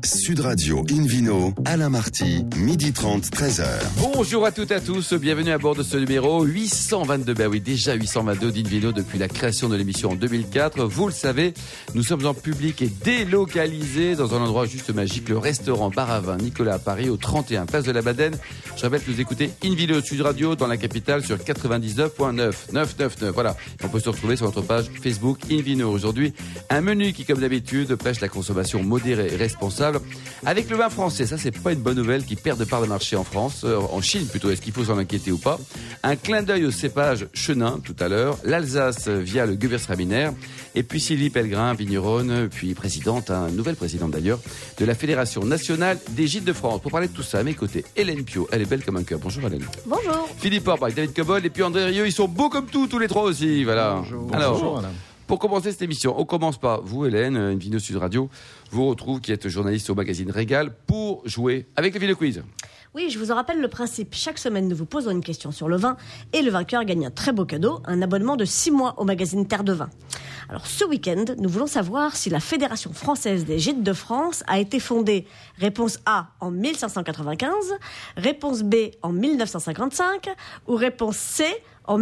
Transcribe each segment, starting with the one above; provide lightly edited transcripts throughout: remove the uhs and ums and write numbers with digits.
Sud Radio Invino, Alain Marty, 12h30, 13h. Bonjour à toutes et à tous, bienvenue à bord de ce numéro 822. Ben oui, déjà 822 d'Invino depuis la création de l'émission en 2004. Vous le savez, nous sommes en public et délocalisés dans un endroit juste magique, le restaurant Bar à Vin Nicolas à Paris, au 31 Place de la Badenne. Je rappelle que vous écoutez Invino Sud Radio dans la capitale sur 99.9, 999. Voilà, on peut se retrouver sur notre page Facebook Invino. Aujourd'hui, un menu qui, comme d'habitude, prêche la consommation modérée et responsable. Avec le vin français, ça c'est pas une bonne nouvelle, qui perd de part de marché en France, en Chine plutôt, est-ce qu'il faut s'en inquiéter ou pas? Un clin d'œil au cépage chenin tout à l'heure, l'Alsace via le Gewürztraminer, et puis Sylvie Pellegrin, vigneronne, puis présidente, nouvelle présidente d'ailleurs, de la Fédération Nationale des Gîtes de France. Pour parler de tout ça, à mes côtés, Hélène Pio, elle est belle comme un cœur. Bonjour Hélène. Bonjour. Philippe Orbe avec David Cobol, et puis André Rieu, ils sont beaux comme tout, tous les trois aussi, voilà. Bonjour. Alors, bonjour Alain. Pour commencer cette émission, on commence par vous, Hélène, Invino Sud Radio, vous retrouve, qui êtes journaliste au magazine Régal, pour jouer avec les Vino Quiz. Oui, je vous en rappelle le principe. Chaque semaine, nous vous posons une question sur le vin et le vainqueur gagne un très beau cadeau, un abonnement de 6 mois au magazine Terre de Vin. Alors, ce week-end, nous voulons savoir si la Fédération française des Gîtes de France a été fondée, réponse A, en 1595, réponse B, en 1955 ou réponse C, en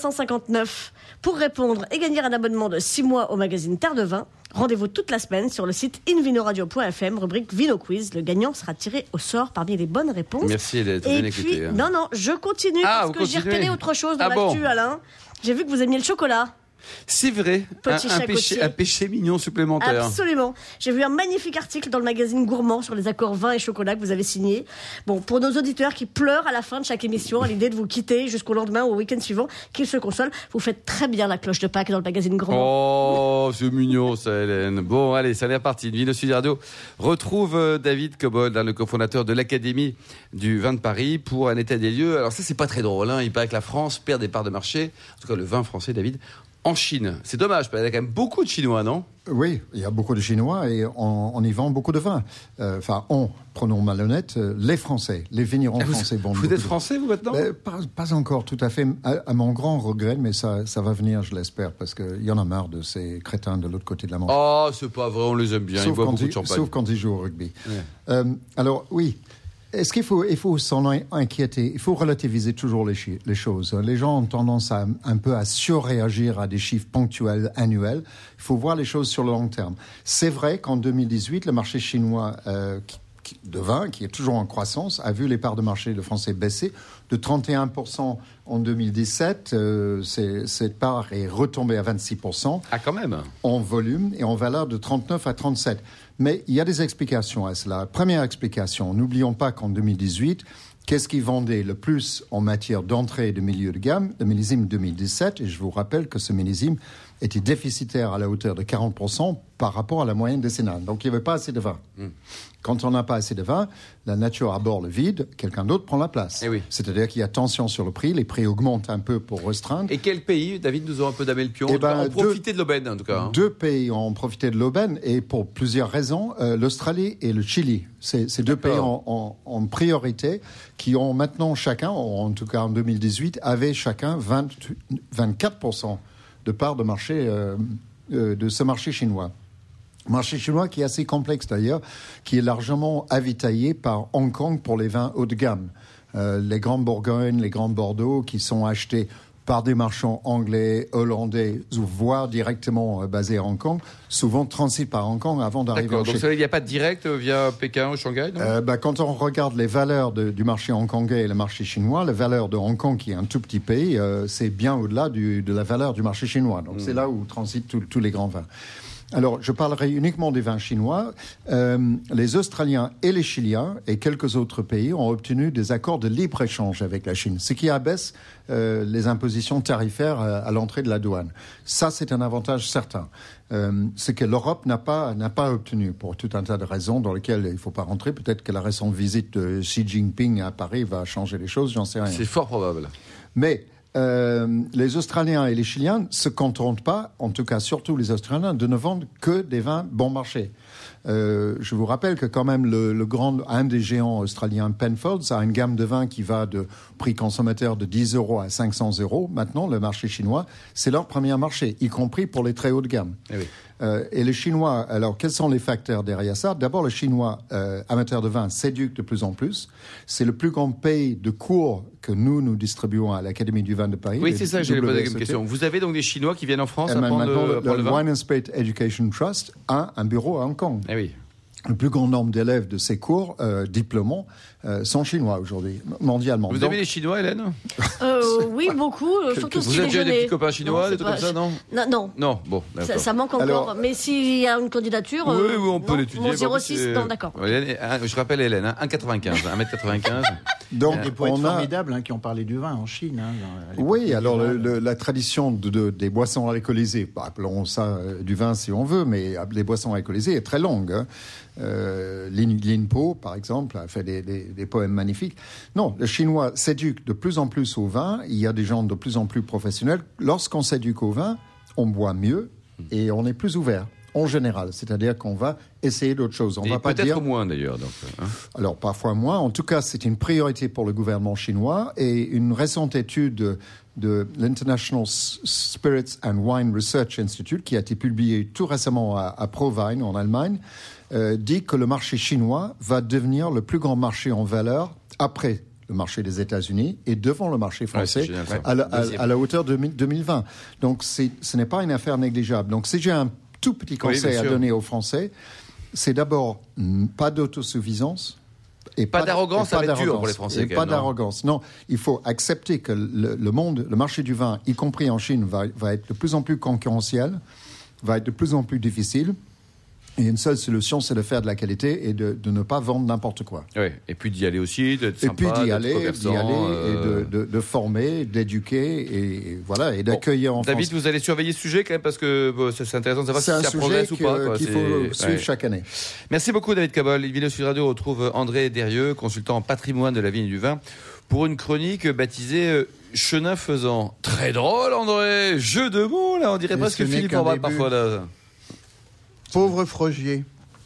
1559. Pour répondre et gagner un abonnement de 6 mois au magazine Terre de Vin, rendez-vous toute la semaine sur le site invinoradio.fm, rubrique Vino Quiz. Le gagnant sera tiré au sort parmi les bonnes réponses. Merci Hélène, Et bien puis, écouté. non, je continue parce que j'ai repéré autre chose dans l'actu, Alain. J'ai vu que vous aimiez le chocolat. C'est vrai, un péché mignon supplémentaire. Absolument. J'ai vu un magnifique article dans le magazine Gourmand sur les accords vin et chocolat que vous avez signé. Bon, pour nos auditeurs qui pleurent à la fin de chaque émission à l'idée de vous quitter jusqu'au lendemain ou au week-end suivant, qu'ils se consolent, vous faites très bien la cloche de Pâques dans le magazine Gourmand. Oh, c'est mignon ça, Hélène. Bon, allez, ça est parti. Vino Sud Radio retrouve David Cobol, le cofondateur de l'Académie du vin de Paris, pour un état des lieux. Alors ça, c'est pas très drôle, hein. Il paraît que la France perd des parts de marché, en tout cas le vin français, David, en Chine. C'est dommage, parce qu'il y a quand même beaucoup de Chinois, non? Oui, il y a beaucoup de Chinois et on y vend beaucoup de vin. Prenons malhonnête, les Français, les vignerons français vendent beaucoup. Vous êtes français, vous, maintenant? Pas encore, tout à fait. À mon grand regret, mais ça va venir, je l'espère, parce qu'il y en a marre de ces crétins de l'autre côté de la Manche. Oh, c'est pas vrai, on les aime bien, ils boivent beaucoup de champagne. Sauf quand ils jouent au rugby. Ouais. Alors, oui. Est-ce qu'il faut s'en inquiéter? Il faut relativiser toujours les choses. Les gens ont tendance un peu à surréagir à des chiffres ponctuels, annuels. Il faut voir les choses sur le long terme. C'est vrai qu'en 2018, le marché chinois de vin, qui est toujours en croissance, a vu les parts de marché de Français baisser de 31% en 2017. Cette part est retombée à 26%. Ah, quand même. En volume et en valeur de 39 à 37. Mais il y a des explications à cela. Première explication, n'oublions pas qu'en 2018, qu'est-ce qui vendait le plus en matière d'entrée et de milieu de gamme? Le millésime 2017, et je vous rappelle que ce millésime était déficitaire à la hauteur de 40% par rapport à la moyenne décennale. Donc il n'y avait pas assez de vin. Quand on n'a pas assez de vin, la nature aborde le vide, quelqu'un d'autre prend la place. Eh oui. C'est-à-dire qu'il y a tension sur le prix, les prix augmentent un peu pour restreindre. Et quel pays, David, nous ont un peu damé le pion? On profité de l'aubaine, en tout cas. Deux pays ont profité de l'aubaine, et pour plusieurs raisons, l'Australie et le Chili. Ces deux pays en priorité, qui ont maintenant chacun, en tout cas en 2018, avaient chacun 24% de part de marché de ce marché chinois. Marché chinois qui est assez complexe d'ailleurs, qui est largement avitaillé par Hong Kong pour les vins haut de gamme. Les grands Bourgognes, les grands Bordeaux qui sont achetés par des marchands anglais, hollandais, voire directement basés à Hong Kong, souvent transitent par Hong Kong avant d'arriver donc il n'y a pas de direct via Pékin ou Shanghai, non? Quand on regarde les valeurs du marché hongkongais et le marché chinois, la valeur de Hong Kong, qui est un tout petit pays, c'est bien au-delà de la valeur du marché chinois. Donc c'est là où transitent tous les grands vins. Alors, je parlerai uniquement des vins chinois. Les Australiens et les Chiliens et quelques autres pays ont obtenu des accords de libre-échange avec la Chine, ce qui abaisse les impositions tarifaires à l'entrée de la douane. Ça, c'est un avantage certain. Ce que l'Europe n'a pas obtenu pour tout un tas de raisons dans lesquelles il ne faut pas rentrer. Peut-être que la récente visite de Xi Jinping à Paris va changer les choses, j'en sais rien. C'est fort probable. Mais les Australiens et les Chiliens ne se contentent pas, en tout cas surtout les Australiens, de ne vendre que des vins bon marché. Je vous rappelle que quand même un des géants australiens, Penfolds, a une gamme de vins qui va de prix consommateur de 10 € à 500 €. Maintenant, le marché chinois, c'est leur premier marché, y compris pour les très haut de gamme. Eh oui. Et les Chinois, alors quels sont les facteurs derrière ça? D'abord, les Chinois amateurs de vin s'éduquent de plus en plus. C'est le plus grand pays de cours que nous distribuons à l'Académie du vin de Paris. Oui, c'est ça que j'allais poser comme question. Vous avez donc des Chinois qui viennent en France apprendre le vin? Wine and Spirit Education Trust a un bureau à Hong Kong. Eh oui. Le plus grand nombre d'élèves de ces cours diplômants sont chinois aujourd'hui, mondialement. Vous avez des Chinois, Hélène? Oui, beaucoup. Surtout vous avez déjà des petits copains chinois, des trucs comme ça, non? Non. Bon, d'accord. Ça manque encore. Alors, mais s'il y a une candidature... Oui, on peut l'étudier. 06, non, d'accord. Je rappelle Hélène, 1,95, 1m95. Donc, des poètes formidables qui ont parlé du vin en Chine. Oui, alors la tradition des boissons alcoolisées, appelons ça du vin si on veut, mais les boissons alcoolisées est très longue. Lin Po, par exemple, a fait des poèmes magnifiques. Non, le Chinois s'éduque de plus en plus au vin. Il y a des gens de plus en plus professionnels. Lorsqu'on s'éduque au vin, on boit mieux et on est plus ouvert. En général, c'est-à-dire qu'on va essayer d'autres choses. On va pas peut-être dire moins d'ailleurs. Donc, Alors parfois moins. En tout cas, c'est une priorité pour le gouvernement chinois. Et une récente étude de l'International Spirits and Wine Research Institute, qui a été publiée tout récemment à Provine en Allemagne, dit que le marché chinois va devenir le plus grand marché en valeur après le marché des États-Unis et devant le marché français à la hauteur de 2020. Donc ce n'est pas une affaire négligeable. Donc si j'ai un tout petit conseil à donner aux Français, c'est d'abord pas d'autosuffisance. Et pas d'arrogance, ça va être dur pour les Français. Pas d'arrogance. Non, il faut accepter que le marché du vin, y compris en Chine, va être de plus en plus concurrentiel, va être de plus en plus difficile. Et une seule solution, c'est de faire de la qualité et de ne pas vendre n'importe quoi. Oui, et puis d'y aller aussi, d'être sympa, et puis d'y aller et de former, d'éduquer et voilà, et d'accueillir en France. David, vous allez surveiller ce sujet quand même parce que c'est intéressant de savoir si ça progresse ou pas. Qu'il faut suivre chaque année. Merci beaucoup David Cabol. Vidéo Sud Radio retrouve André Derieux, consultant en patrimoine de la vigne et du vin, pour une chronique baptisée Chenin faisant. Très drôle André, jeu de mots là, on dirait presque Philippe Orbal parfois là. Pauvre Frogier.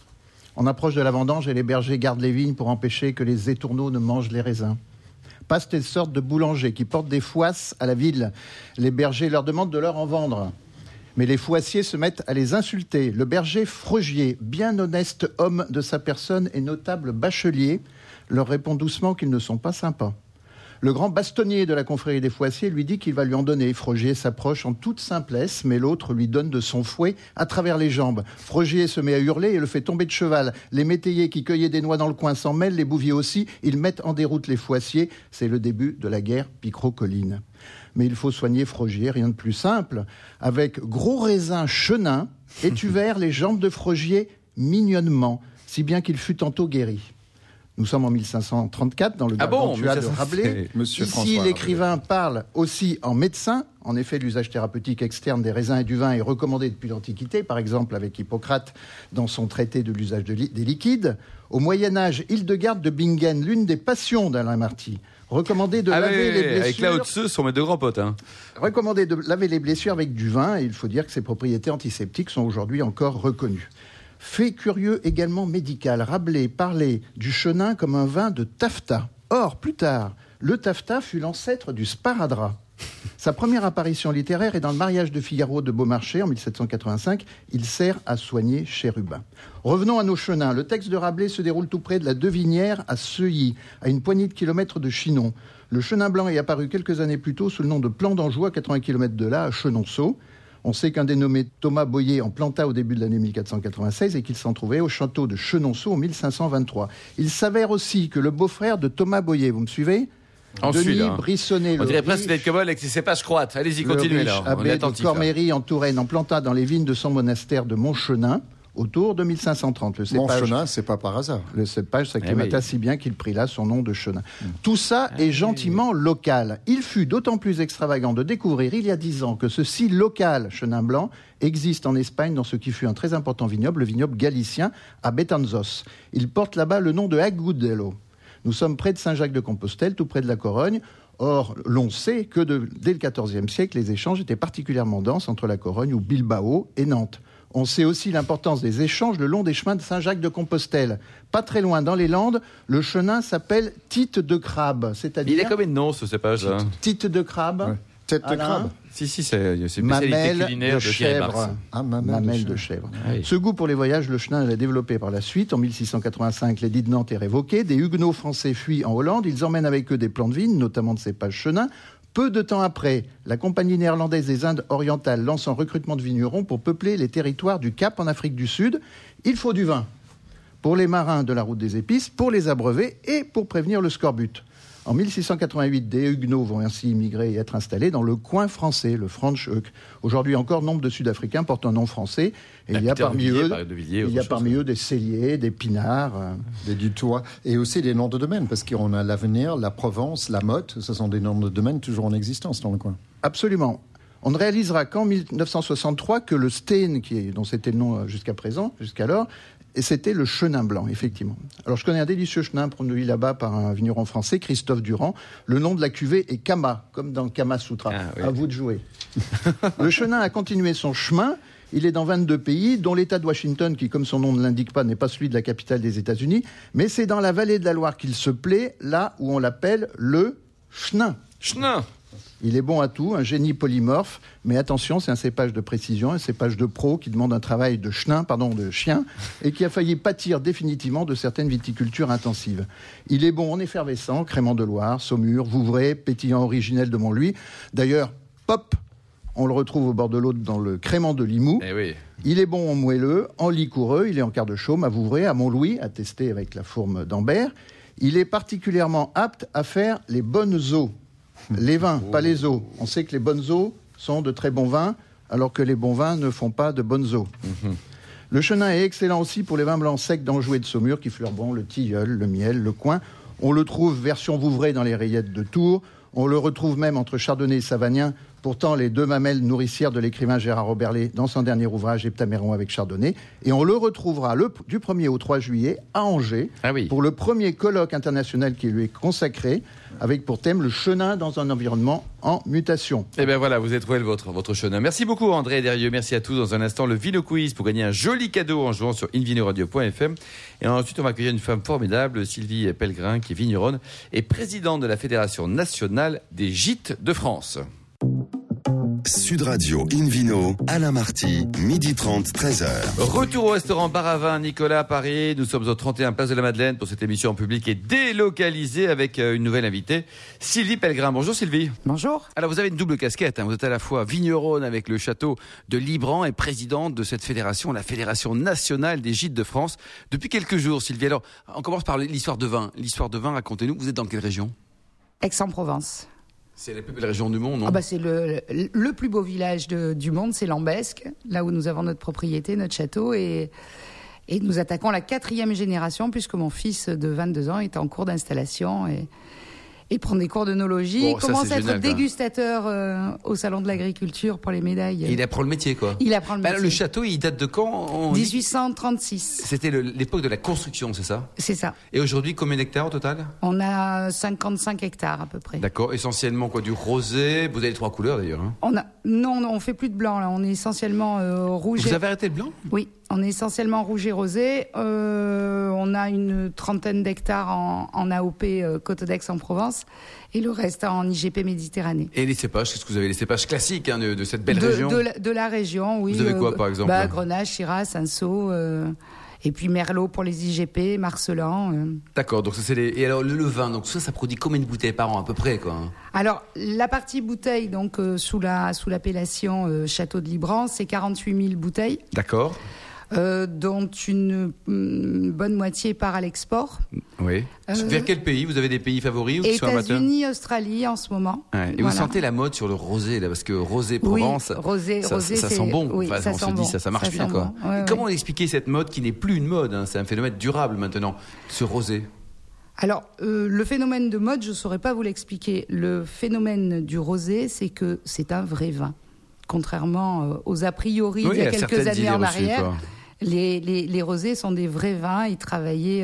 On approche de la vendange et les bergers gardent les vignes pour empêcher que les étourneaux ne mangent les raisins. Passent des sortes de boulangers qui portent des fouasses à la ville. Les bergers leur demandent de leur en vendre. Mais les fouassiers se mettent à les insulter. Le berger Frogier, bien honnête homme de sa personne et notable bachelier, leur répond doucement qu'ils ne sont pas sympas. Le grand bastonnier de la confrérie des Fouassiers lui dit qu'il va lui en donner. Frogier s'approche en toute simplesse, mais l'autre lui donne de son fouet à travers les jambes. Frogier se met à hurler et le fait tomber de cheval. Les métayers qui cueillaient des noix dans le coin s'en mêlent, les bouviers aussi. Ils mettent en déroute les Fouassiers. C'est le début de la guerre Picro-Colline. Mais il faut soigner Frogier, rien de plus simple. Avec Gros Raisin Chenin, étuvèrent les jambes de Frogier mignonnement, si bien qu'il fut tantôt guéri. Nous sommes en 1534 dans le Gargantua de Rabelais. Ici, l'écrivain parle aussi en médecin. En effet, l'usage thérapeutique externe des raisins et du vin est recommandé depuis l'Antiquité, par exemple avec Hippocrate dans son traité de l'usage des liquides. Au Moyen-Âge, Hildegarde de Bingen, l'une des passions d'Alain Marty, recommandait de laver les blessures... Avec Lao Tzu, sont mes deux grands potes. Recommandait de laver les blessures avec du vin, et il faut dire que ses propriétés antiseptiques sont aujourd'hui encore reconnues. Fait curieux également médical, Rabelais parlait du chenin comme un vin de taffetas. Or, plus tard, le taffetas fut l'ancêtre du sparadrap. Sa première apparition littéraire est dans le mariage de Figaro de Beaumarchais en 1785. Il sert à soigner Chérubin. Revenons à nos chenins. Le texte de Rabelais se déroule tout près de la Devinière à Seuilly, à une poignée de kilomètres de Chinon. Le chenin blanc est apparu quelques années plus tôt sous le nom de Plan d'Anjou, à 80 km de là, à Chenonceau. On sait qu'un dénommé Thomas Boyer en planta au début de l'année 1496 et qu'il s'en trouvait au château de Chenonceau en 1523. Il s'avère aussi que le beau-frère de Thomas Boyer, vous me suivez ? Denis Brissonnet. On dirait presque d'être Cabol avec ses cépages croates. Allez-y, continuez là. Abbé de Corméry en Touraine en planta dans les vignes de son monastère de Montchenin autour de 1530. Le cépage, Montchenin, c'est pas par hasard. Le cépage s'acclimata si bien qu'il prit là son nom de chenin. Tout ça est gentiment local. Il fut d'autant plus extravagant de découvrir il y a 10 ans que ce si local chenin blanc existe en Espagne dans ce qui fut un très important vignoble, le vignoble galicien à Betanzos. Il porte là-bas le nom de Agudelo. Nous sommes près de Saint-Jacques-de-Compostelle, tout près de la Corogne. Or, l'on sait que dès le XIVe siècle, les échanges étaient particulièrement denses entre la Corogne ou Bilbao et Nantes. On sait aussi l'importance des échanges le long des chemins de Saint-Jacques-de-Compostelle. Pas très loin, dans les Landes, le chenin s'appelle Tite de Crabe, c'est-à-dire... Il a combien de noms, ce cépage-là ? Tite de Crabe. Ouais. Tête de crabe. c'est une spécialité Mamelle culinaire de de Thierry Marx. chèvre. Mamelle de chèvre. Oui. Ce goût pour les voyages, le chenin l'a développé par la suite. En 1685, l'édit de Nantes est révoqué. Des huguenots français fuient en Hollande. Ils emmènent avec eux des plants de vigne, notamment de cépage chenin. Peu de temps après, la Compagnie néerlandaise des Indes orientales lance un recrutement de vignerons pour peupler les territoires du Cap en Afrique du Sud. Il faut du vin pour les marins de la route des épices, pour les abreuver et pour prévenir le scorbut. En 1688, des Huguenots vont ainsi immigrer et être installés dans le coin français, le Franschhoek. Aujourd'hui encore, nombre de Sud-Africains portent un nom français. Et il y a parmi eux des Celliers, des Pinards. Des Dutoit. Et aussi des noms de domaine, parce qu'on a l'Avenir, la Provence, la Motte. Ce sont des noms de domaine toujours en existence dans le coin. Absolument. On ne réalisera qu'en 1963 que le Steen, dont c'était le nom jusqu'alors, et c'était le chenin blanc, effectivement. Alors, je connais un délicieux chenin produit là-bas par un vigneron français, Christophe Durand. Le nom de la cuvée est Kama, comme dans Kama Sutra. Ah, oui. À vous de jouer. Le chenin a continué son chemin. Il est dans 22 pays, dont l'État de Washington, qui, comme son nom ne l'indique pas, n'est pas celui de la capitale des États-Unis. Mais c'est dans la vallée de la Loire qu'il se plaît, là où on l'appelle le chenin. Chenin. Il est bon à tout, un génie polymorphe, mais attention, c'est un cépage de précision, un cépage de pro qui demande un travail de chien, et qui a failli pâtir définitivement de certaines viticultures intensives. Il est bon en effervescent, crémant de Loire, Saumur, Vouvray, pétillant originel de Montlouis. D'ailleurs, pop, on le retrouve au bord de l'eau dans le crémant de Limoux. Eh oui. Il est bon en moelleux, en liquoreux, il est en quart de chaume à Vouvray, à Montlouis, à tester avec la fourme d'Ambert. Il est particulièrement apte à faire les bonnes eaux. Les vins, pas les eaux. On sait que les bonnes eaux sont de très bons vins, alors que les bons vins ne font pas de bonnes eaux. Le chenin est excellent aussi pour les vins blancs secs d'Anjou et de Saumur, qui fleurent bon le tilleul, le miel, le coing. On le trouve version Vouvray dans les rayettes de Tours. On le retrouve même entre Chardonnay et Savagnin, pourtant les deux mamelles nourricières de l'écrivain Gérard Oberlé dans son dernier ouvrage Heptaméron avec Chardonnay. Et on le retrouvera du 1er au 3 juillet à Angers pour le premier colloque international qui lui est consacré, avec pour thème le chenin dans un environnement en mutation. Et bien voilà, vous avez trouvé votre chenin. Merci beaucoup André Derieux, merci à tous. Dans un instant, le Vino Quiz pour gagner un joli cadeau en jouant sur invinoradio.fm. Et ensuite, on va accueillir une femme formidable, Sylvie Pellegrin, qui est vigneronne et présidente de la Fédération nationale des gîtes de France. Sud Radio Invino, Alain Marty, 12h30, 13h. Retour au restaurant Bar à Vin Nicolas à Paris. Nous sommes au 31 Place de la Madeleine pour cette émission en public et délocalisée avec une nouvelle invitée, Sylvie Pellegrin. Bonjour Sylvie. Bonjour. Alors vous avez une double casquette. Vous êtes à la fois vigneronne avec le château de Libran et présidente de cette fédération, la Fédération nationale des gîtes de France. Depuis quelques jours, Sylvie. Alors on commence par l'histoire de vin. L'histoire de vin, racontez-nous. Vous êtes dans quelle région ? Aix-en-Provence. C'est la plus belle région du monde, non ? C'est le plus beau village du monde, c'est Lambesc, là où nous avons notre propriété, notre château. Et nous attaquons la 4e génération, puisque mon fils de 22 ans est en cours d'installation et prend des cours d'œnologie. Il commence à être dégustateur au Salon de l'Agriculture pour les médailles. Et il apprend le métier, quoi. Il apprend le métier. Le château, il date de quand ? 1836. C'était l'époque de la construction, c'est ça ? C'est ça. Et aujourd'hui, combien d'hectares au total ? On a 55 hectares à peu près. D'accord. Essentiellement quoi ? Du rosé ? Vous avez les 3 couleurs d'ailleurs. Hein ? Non, on fait plus de blanc là. On est essentiellement rouge. Vous avez arrêté le blanc ? Oui. On est essentiellement rouge et rosé. On a une 30aine d'hectares en AOP Côte d'Aix-en-Provence et le reste en IGP Méditerranée. Et les cépages, qu'est-ce que vous avez ? Les cépages classiques de cette belle région ? De la région, oui. Vous avez quoi par exemple ? Grenache, Shiraz, Cinsault, et puis Merlot pour les IGP, Marcelin. D'accord, donc ça c'est Et alors le vin, donc ça produit combien de bouteilles par an à peu près, quoi ? Alors la partie bouteille, donc sous l'appellation Château de Libran, c'est 48 000 bouteilles. D'accord. Dont une bonne moitié part à l'export. Oui. Vers quel pays ? Vous avez des pays favoris ou qui sont amateurs ? États-Unis, Australie en ce moment. Ouais. Et vous sentez la mode sur le rosé là, parce que rosé Provence, ça sent bon. Oui, ça sent bon. Ça marche bien quoi. Bon. Ouais, comment expliquer cette mode qui n'est plus une mode, hein, c'est un phénomène durable maintenant, ce rosé ? Alors, le phénomène de mode, je ne saurais pas vous l'expliquer. Le phénomène du rosé, c'est que c'est un vrai vin. Contrairement aux a priori il y a quelques années en arrière. Les rosés sont des vrais vins et travaillés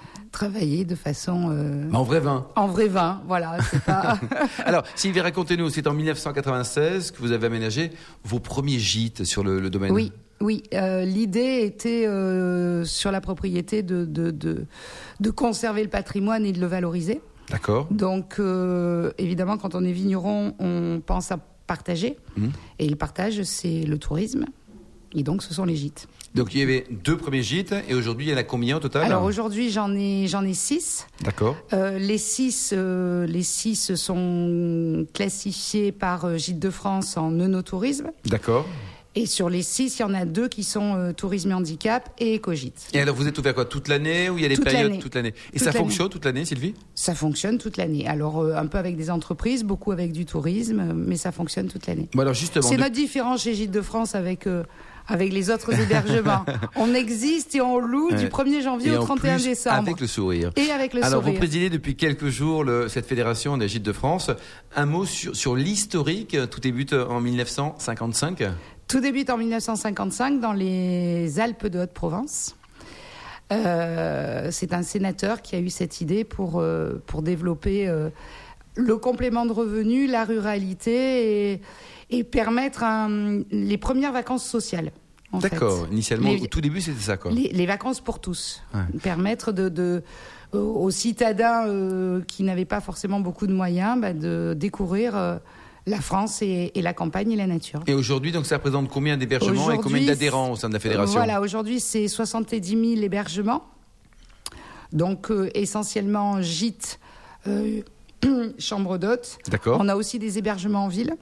de façon... En vrai vin. En vrai vin, voilà. C'est pas... Alors, Sylvie, racontez-nous, c'est en 1996 que vous avez aménagé vos premiers gîtes sur le domaine. Oui. L'idée était sur la propriété de conserver le patrimoine et de le valoriser. D'accord. Donc, évidemment, quand on est vigneron, on pense à partager. Et le partage, c'est le tourisme. Et donc, ce sont les gîtes. Donc il y avait 2 premiers gîtes et aujourd'hui il y en a combien au total? Alors aujourd'hui j'en ai 6. D'accord. Les 6 sont classifiés par Gîtes de France en œnotourisme. D'accord. Et sur les 6, il y en a 2 qui sont tourisme et handicap et éco-gîte. Et alors vous êtes ouvert quoi, toute l'année ou il y a des périodes toute l'année? Et ça fonctionne toute l'année, Sylvie? Ça fonctionne toute l'année. Alors un peu avec des entreprises, beaucoup avec du tourisme, mais ça fonctionne toute l'année. Bon, alors justement, c'est notre différence chez Gîtes de France avec les autres hébergements. On existe et on loue du 1er janvier au 31 décembre. Avec le sourire. Et avec le sourire. Alors vous présidez depuis quelques jours cette fédération des Gîtes de France. Un mot sur l'historique. Tout débute en 1955. Tout débute en 1955 dans les Alpes de Haute-Provence. C'est un sénateur qui a eu cette idée pour développer le complément de revenus, la ruralité et permettre les premières vacances sociales. D'accord. Initialement, au tout début, c'était ça, quoi. Les vacances pour tous. Ouais. Permettre aux citadins qui n'avaient pas forcément beaucoup de moyens de découvrir la France et la campagne et la nature. Et aujourd'hui, donc, ça représente combien d'hébergements et combien d'adhérents au sein de la fédération? Voilà, aujourd'hui, c'est 70 000 hébergements. Donc, essentiellement gîtes, chambres d'hôtes. D'accord. On a aussi des hébergements en ville.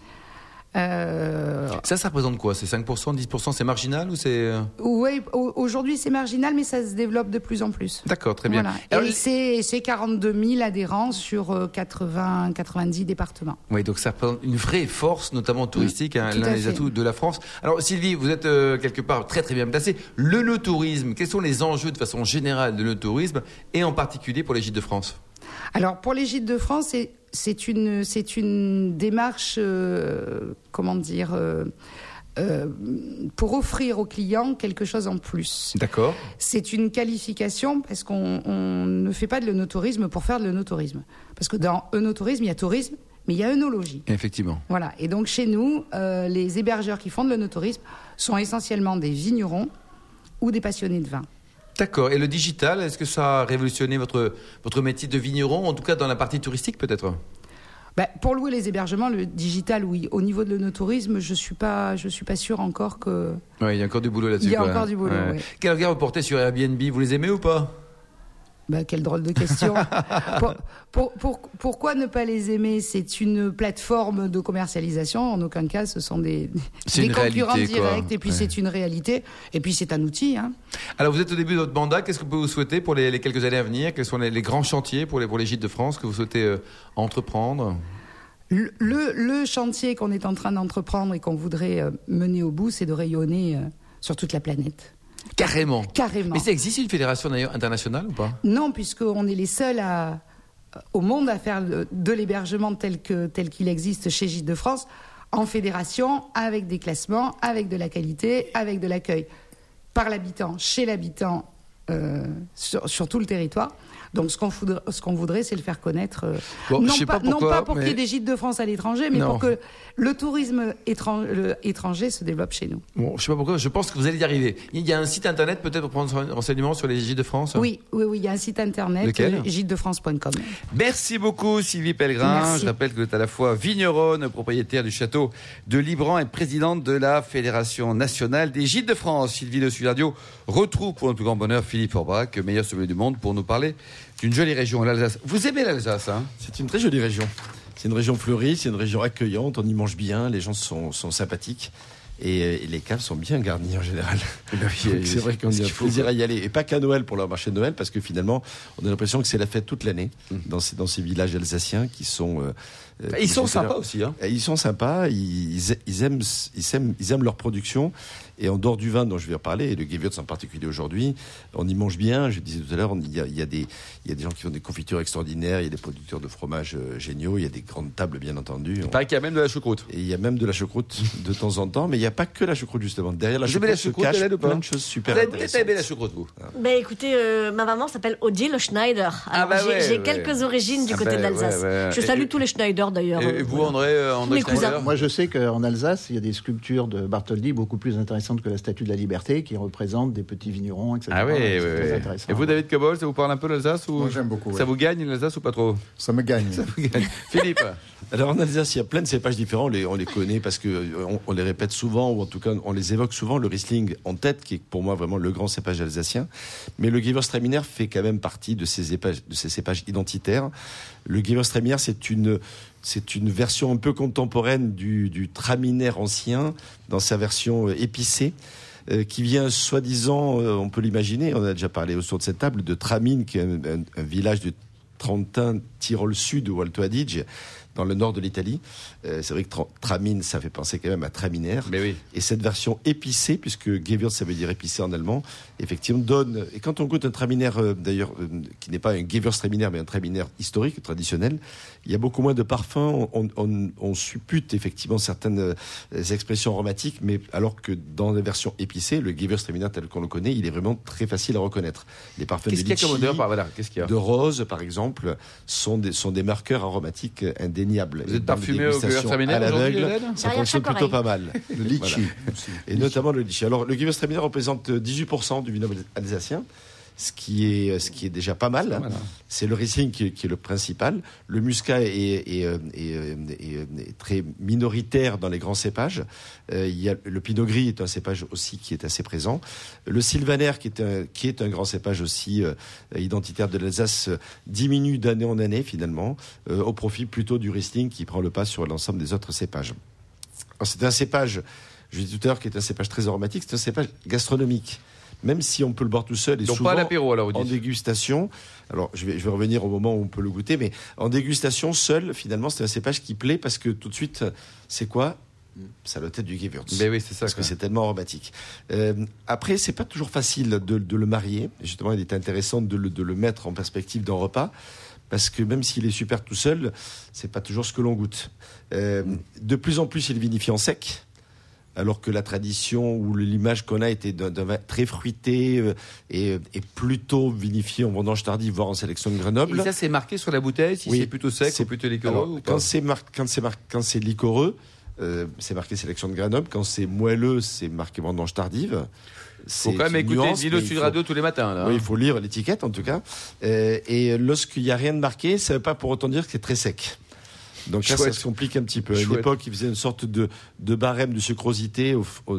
Ça représente quoi? C'est 5%, 10%? C'est marginal ou c'est... Oui, aujourd'hui c'est marginal, mais ça se développe de plus en plus. D'accord, très bien. Voilà. Alors, et c'est 42 000 adhérents sur 90 départements. Oui, donc ça représente une vraie force, notamment touristique, l'un des atouts de la France. Alors Sylvie, vous êtes quelque part très très bien placée. L'œnotourisme, quels sont les enjeux de façon générale de l'œnotourisme et en particulier pour les Gîtes de France? Alors pour les Gîtes de France, c'est une démarche, pour offrir aux clients quelque chose en plus. D'accord. C'est une qualification parce qu'on ne fait pas de l'œnotourisme pour faire de l'œnotourisme. Parce que dans œnotourisme, il y a tourisme, mais il y a œnologie. Effectivement. Voilà. Et donc chez nous, les hébergeurs qui font de l'œnotourisme sont essentiellement des vignerons ou des passionnés de vin. D'accord. Et le digital, est-ce que ça a révolutionné votre métier de vigneron, en tout cas dans la partie touristique peut-être? Pour louer les hébergements, le digital, oui. Au niveau de l'œnotourisme, je suis pas sûre encore que... Oui, il y a encore du boulot là-dessus. Il y a encore du boulot, oui. Quel regard vous portez sur Airbnb? Vous les aimez ou pas? Quelle drôle de question. Pourquoi ne pas les aimer? C'est une plateforme de commercialisation. En aucun cas, ce sont des concurrents directs. Et puis, c'est une réalité. Et puis, c'est un outil. Hein. Alors, vous êtes au début de votre mandat. Qu'est-ce que vous souhaitez pour les quelques années à venir? Quels sont les grands chantiers pour les Gîtes de France que vous souhaitez entreprendre? Le chantier qu'on est en train d'entreprendre et qu'on voudrait mener au bout, c'est de rayonner sur toute la planète. Carrément. Mais ça existe une fédération d'ailleurs internationale ou pas? Non, puisqu'on est les seuls au monde à faire de l'hébergement tel qu'il existe chez Gîtes de France, en fédération, avec des classements, avec de la qualité, avec de l'accueil par l'habitant, chez l'habitant, sur tout le territoire. Donc ce qu'on voudrait, c'est le faire connaître, non pas pour qu'il y ait des Gîtes de France à l'étranger, mais pour que le tourisme étranger se développe chez nous. Bon, je ne sais pas pourquoi, je pense que vous allez y arriver. Il y a un site internet peut-être pour prendre renseignements sur les Gîtes de France? Oui, il y a un site internet, gîtesdefrance.com. Merci beaucoup Sylvie Pellegrin. Merci. Je rappelle que vous êtes à la fois vigneronne, propriétaire du château de Libran et présidente de la Fédération nationale des Gîtes de France. Sylvie de Sud Radio retrouve pour notre plus grand bonheur Philippe Forbach, meilleur sommelier du monde, pour nous parler d'une jolie région, l'Alsace. Vous aimez l'Alsace, hein? C'est une très jolie région. C'est une région fleurie, c'est une région accueillante, on y mange bien, les gens sont sympathiques et les caves sont bien garnies en général. C'est vrai qu'on a plaisir à y aller. Et pas qu'à Noël pour leur marché de Noël, parce que finalement, on a l'impression que c'est la fête toute l'année dans ces villages alsaciens qui sont... ils sont sympas aussi. Hein. Ils sont sympas, ils aiment leur production. Et en dehors du vin dont je vais reparler, et le Gewürz en particulier aujourd'hui, on y mange bien. Je disais tout à l'heure, il y a des gens qui font des confitures extraordinaires, il y a des producteurs de fromage géniaux, il y a des grandes tables bien entendu. Il paraît qu'il y a même de la choucroute. Et il y a même de la choucroute de temps en temps, mais il n'y a pas que la choucroute justement. Derrière la choucroute se cache plein de choses super intéressantes. Vous avez aimé la choucroute, vous? Écoutez, ma maman s'appelle Odile Schneider. Alors j'ai quelques origines du côté de l'Alsace. Je salue tous les Schneider d'ailleurs. Et vous, André Schneider? Moi, je sais qu'en Alsace, il y a des sculptures de Bartholdi beaucoup plus intéressantes que la statue de la Liberté, qui représente des petits vignerons, etc. Ah oui. Et vous, David Cobol, ça vous parle un peu l'Alsace ou... Moi, j'aime beaucoup. Ça vous gagne l'Alsace ou pas trop? Ça me gagne. Philippe? Alors en Alsace, il y a plein de cépages différents, on les connaît parce qu'on les répète souvent, ou en tout cas on les évoque souvent, le Riesling en tête, qui est pour moi vraiment le grand cépage alsacien. Mais le Gewürztraminer fait quand même partie de ces cépages identitaires. Le Gewürztraminer, c'est une version un peu contemporaine du Traminer ancien, dans sa version épicée, qui vient soi-disant, on peut l'imaginer, on a déjà parlé autour de cette table, de Tramin, qui est un village du Trentin, Tyrol Sud ou Alto Adige, dans le nord de l'Italie. C'est vrai que Tramin, ça fait penser quand même à Traminer. Mais oui. Et cette version épicée, puisque Gewürz, ça veut dire épicé en allemand, effectivement donne... Et quand on goûte un Traminer, d'ailleurs, qui n'est pas un Gewürztraminer, mais un Traminer historique, traditionnel, il y a beaucoup moins de parfum. On suppute effectivement certaines expressions aromatiques, mais alors que dans la version épicée, le Gewürztraminer tel qu'on le connaît, il est vraiment très facile à reconnaître. Les parfums Qu'est-ce de qu'il y a comme odeur Qu'est-ce qu'il y a de rose, par exemple, sont des marqueurs aromatiques indéniables. Vous êtes parfumé au Gewürztraminer à l'aveugle, aujourd'hui, ça fonctionne plutôt pas mal. Le litchi. Et notamment le litchi. Alors, le Gewürztraminer représente 18% du vignoble alsacien, ce qui est déjà pas mal. C'est le Riesling qui est le principal. Le Muscat est très minoritaire dans les grands cépages. Il y a le Pinot Gris est un cépage aussi qui est assez présent. Le Sylvaner qui est un grand cépage aussi identitaire de l'Alsace diminue d'année en année finalement au profit plutôt du Riesling qui prend le pas sur l'ensemble des autres cépages. Alors, c'est un cépage, je disais tout à l'heure, qui est un cépage très aromatique. C'est un cépage gastronomique. Même si on peut le boire tout seul et donc souvent pas à l'apéro, alors, en dégustation. Alors je vais revenir au moment où on peut le goûter, mais en dégustation seul, finalement, c'est un cépage qui plaît parce que tout de suite, c'est quoi ? Ça a la tête du Gewürz. Mais oui, c'est ça. Parce que c'est tellement aromatique. Après, c'est pas toujours facile de le marier. Justement, il est intéressant de le mettre en perspective d'un repas. Parce que même s'il est super tout seul, c'est pas toujours ce que l'on goûte. De plus en plus, il est vinifié en sec. Alors que la tradition ou l'image qu'on a était d'un vin très fruité et plutôt vinifié en vendange tardive, voire en sélection de Grenoble. Et ça, c'est marqué sur la bouteille, si c'est plutôt sec ou plutôt liquoreux. Quand c'est liquoreux, c'est marqué sélection de Grenoble. Quand c'est moelleux, c'est marqué vendange tardive. Il faut quand même écouter Dino Sud Radio tous les matins. Là, oui, il faut lire l'étiquette en tout cas. Et lorsqu'il n'y a rien de marqué, ça ne veut pas pour autant dire que c'est très sec. Donc là, ça se complique un petit peu. À l'époque, ils faisaient une sorte de barème de sucrosité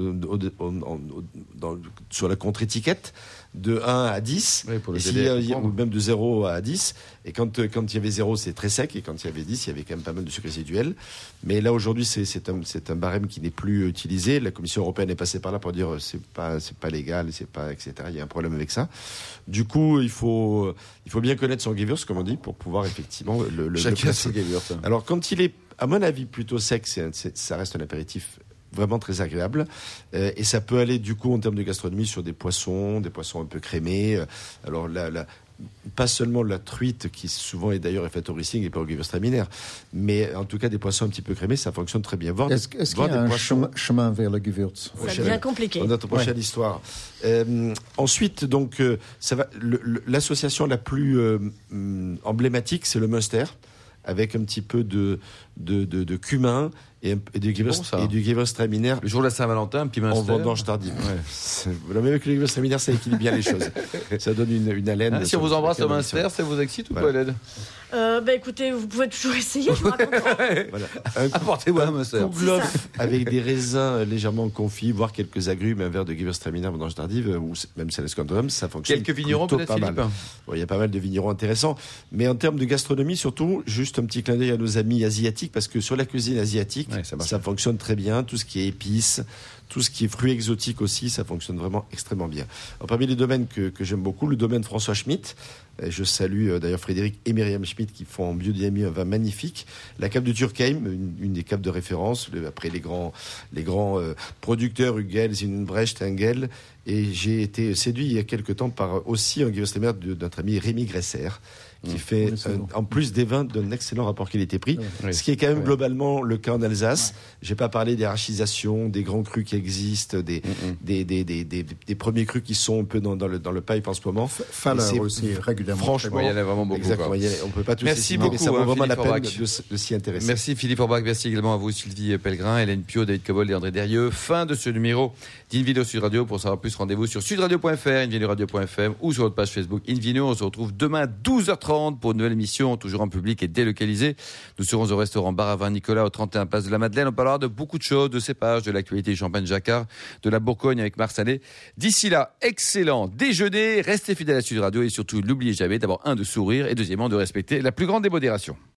sur la contre-étiquette de 1 à 10, ou même de 0 à 10. Et quand il y avait 0, c'est très sec. Et quand il y avait 10, il y avait quand même pas mal de sucre résiduel. Mais là, aujourd'hui, c'est un barème qui n'est plus utilisé. La Commission européenne est passée par là pour dire c'est pas légal, etc. Il y a un problème avec ça. Du coup, il faut bien connaître son Gewürz, comme on dit, pour pouvoir effectivement le chacun son Gewürz. Alors, quand il est, à mon avis, plutôt sec, ça reste un apéritif vraiment très agréable. Et ça peut aller, du coup, en termes de gastronomie, sur des poissons un peu crémés. Alors, pas seulement la truite, qui souvent est d'ailleurs faite au Riesling et pas au Gewürztraminer, mais en tout cas, des poissons un petit peu crémés, ça fonctionne très bien. Est-ce qu'il y a un chemin vers le Gewürz ? Ça devient compliqué. Dans notre prochaine histoire. Ensuite, donc, l'association la plus emblématique, c'est le Münster, avec un petit peu de cumin et du Gewürztraminer. Le jour de la Saint-Valentin, un petit Münster. En vendange tardive. Ouais. Même avec le Gewürztraminer, ça équilibre bien les choses. Ça donne une haleine. Si on vous embrasse au Münster, ça vous excite ou pas, Hélène ? Écoutez, vous pouvez toujours essayer, je vous raconterai. Voilà. Apportez-moi un Münster. Kouglof avec des raisins légèrement confits, voire quelques agrumes, un verre de Gewürztraminer vendange tardive, ou même Salescondrum, ça fonctionne. Quelques vignerons peut-être, Philippe ? Il y a pas mal de vignerons intéressants. Mais en termes de gastronomie, surtout, juste un petit clin d'œil à nos amis asiatiques, parce que sur la cuisine asiatique, ça fonctionne très bien. Tout ce qui est épices, tout ce qui est fruits exotiques aussi, ça fonctionne vraiment extrêmement bien. Alors, parmi les domaines que j'aime beaucoup, le domaine François Schmitt. Je salue d'ailleurs Frédéric et Myriam Schmitt qui font en biodynamie un vin magnifique. La cave de Turkheim, une des caves de référence, après les grands producteurs, Hugel, Zinenbrecht, Engel. Et j'ai été séduit il y a quelque temps par aussi un Gewürztraminer de notre ami Rémi Gresser, qui fait, en plus des vins, d'un excellent rapport qualité-prix. Ce qui est quand même globalement le cas en Alsace. J'ai pas parlé des archisations, des grands crus qui existent, des premiers crus qui sont un peu dans le pipe en ce moment. Falleur aussi, régulièrement. Franchement, il y en a vraiment beaucoup. Exactement. On ne peut pas tous les Merci citer, mais beaucoup, ça vaut vraiment Philippe la peine Forbach. de s'y intéresser. Merci Philippe Orbach, merci également à vous Sylvie Pellegrin, Hélène Pio, David Cobol et André Derieux. Fin de ce numéro d'Invino Sud Radio. Pour savoir plus, rendez-vous sur sudradio.fr, invinoradio.fm ou sur notre page Facebook Invino. On se retrouve demain à 12h30 pour une nouvelle émission, toujours en public et délocalisée. Nous serons au restaurant Bar à Vin Nicolas au 31 Place de la Madeleine. On parlera de beaucoup de choses, de cépages, de l'actualité du champagne Jacquard, de la Bourgogne avec Marsanet. D'ici là, excellent déjeuner, restez fidèles à Sud Radio et surtout n'oubliez jamais d'abord de sourire et deuxièmement de respecter la plus grande démodération.